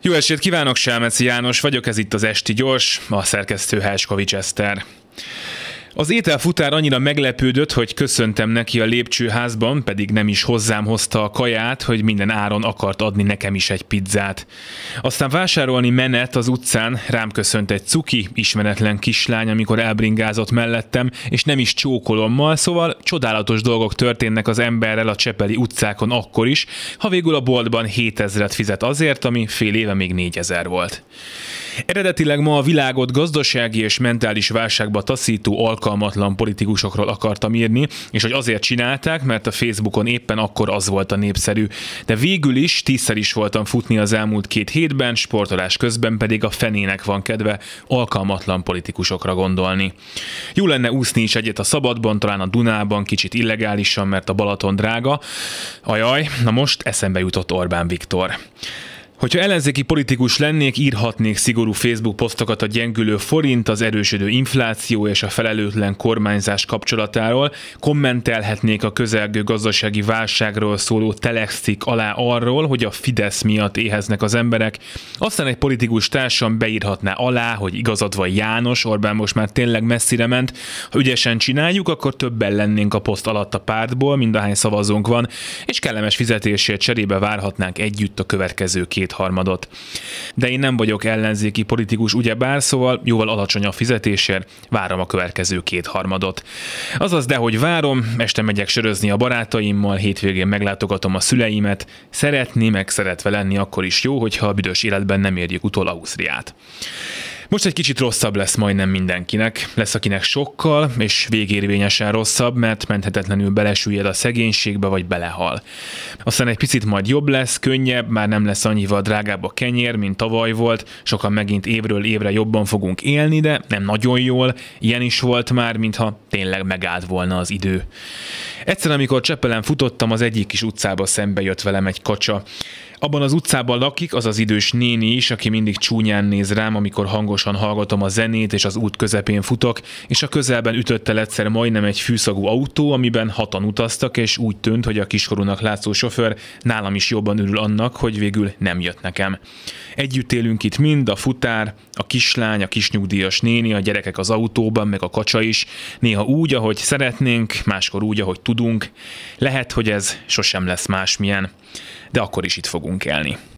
Jó estét kívánok, Selmeci János vagyok, ez itt az Esti Gyors, a szerkesztő Helskovics Eszter. Az ételfutár annyira meglepődött, hogy köszöntem neki a lépcsőházban, pedig nem is hozzám hozta a kaját, hogy minden áron akart adni nekem is egy pizzát. Aztán vásárolni menet az utcán, rám köszönt egy cuki, ismeretlen kislány, amikor elbringázott mellettem, és nem is csókolommal, szóval csodálatos dolgok történnek az emberrel a csepeli utcákon akkor is, ha végül a boltban 7000-et fizet azért, ami fél éve még 4000 volt. Eredetileg ma a világot gazdasági és mentális válságba taszító alkalmatlan politikusokról akartam írni, és hogy azért csinálták, mert a Facebookon éppen akkor az volt a népszerű. De végül is 10-szer is voltam futni az elmúlt 2 hétben, sportolás közben pedig a fenének van kedve alkalmatlan politikusokra gondolni. Jó lenne úszni is egyet a szabadban, talán a Dunában, kicsit illegálisan, mert a Balaton drága. Ajaj, na most eszembe jutott Orbán Viktor. Hogyha ellenzéki politikus lennék, írhatnék szigorú Facebook posztokat a gyengülő forint, az erősödő infláció és a felelőtlen kormányzás kapcsolatáról, kommentelhetnék a közelgő gazdasági válságról szóló telexcikk alá arról, hogy a Fidesz miatt éheznek az emberek, aztán egy politikus társam beírhatná alá, hogy igazad van János, Orbán most már tényleg messzire ment, ha ügyesen csináljuk, akkor többen lennénk a poszt alatt a pártból, mindahány szavazónk van, és kellemes fizetésért cserébe várhatnánk együtt a következő 2/3. De én nem vagyok ellenzéki politikus ugyebár, szóval jóval alacsonyabb fizetésért várom a következő 2/3. Azaz, dehogy várom, este megyek sörözni a barátaimmal, hétvégén meglátogatom a szüleimet, szeretni, meg szeretve lenni akkor is jó, hogyha a büdös életben nem érjük utol Ausztriát. Most egy kicsit rosszabb lesz majdnem mindenkinek. Lesz akinek sokkal, és végérvényesen rosszabb, mert menthetetlenül belesüllyed a szegénységbe, vagy belehal. Aztán egy picit majd jobb lesz, könnyebb, már nem lesz annyival drágább a kenyér, mint tavaly volt, sokan megint évről évre jobban fogunk élni, de nem nagyon jól, ilyen is volt már, mintha tényleg megállt volna az idő. Egyszer, amikor Csepelen futottam, az egyik kis utcába szembe jött velem egy kacsa. Abban az utcában lakik az az idős néni is, aki mindig csúnyán néz rám, amikor hangosan hallgatom a zenét, és az út közepén futok, és a közelben ütött el egyszer majdnem egy fűszagú autó, amiben 6-an utaztak, és úgy tűnt, hogy a kiskorúnak látszó sofőr nálam is jobban örül annak, hogy végül nem jött nekem. Együtt élünk itt mind, a futár, a kislány, a kisnyugdíjas néni, a gyerekek az autóban, meg a kacsa is, néha úgy, ahogy szeretnénk, máskor úgy, ahogy tudunk. Lehet, hogy ez sosem lesz másmilyen, de akkor is itt fogunk élni.